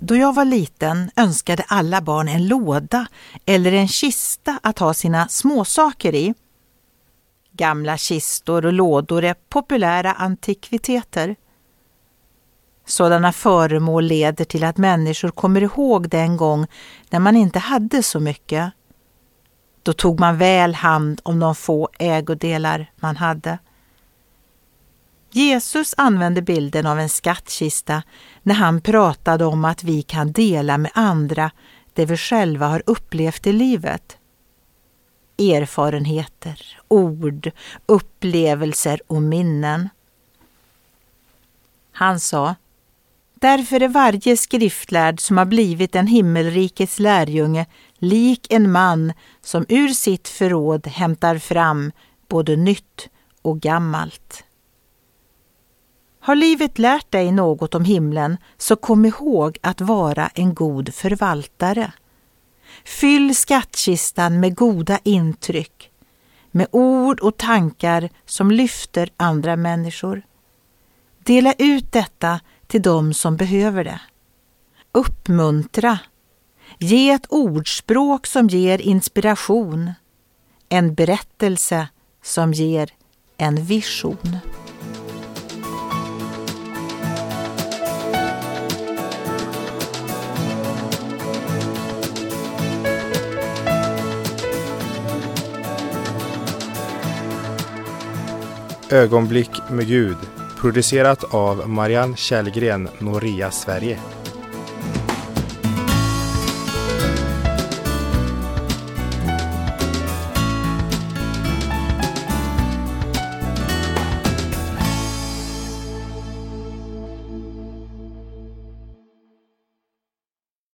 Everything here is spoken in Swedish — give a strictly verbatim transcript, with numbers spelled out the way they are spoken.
Då jag var liten önskade alla barn en låda eller en kista att ha sina småsaker i. Gamla kistor och lådor är populära antikviteter. Sådana föremål leder till att människor kommer ihåg den gång när man inte hade så mycket. Då tog man väl hand om de få ägodelar man hade. Jesus använde bilden av en skattkista när han pratade om att vi kan dela med andra det vi själva har upplevt i livet. Erfarenheter, ord, upplevelser och minnen. Han sa: därför är varje skriftlärd som har blivit en himmelrikets lärjunge lik en man som ur sitt förråd hämtar fram både nytt och gammalt. Har livet lärt dig något om himlen, så kom ihåg att vara en god förvaltare. Fyll skattkistan med goda intryck, med ord och tankar som lyfter andra människor. Dela ut detta till dem som behöver det. Uppmuntra. Ge ett ordspråk som ger inspiration. En berättelse som ger en vision. Ögonblick med Gud, producerat av Marianne Källgren, Noria, Sverige.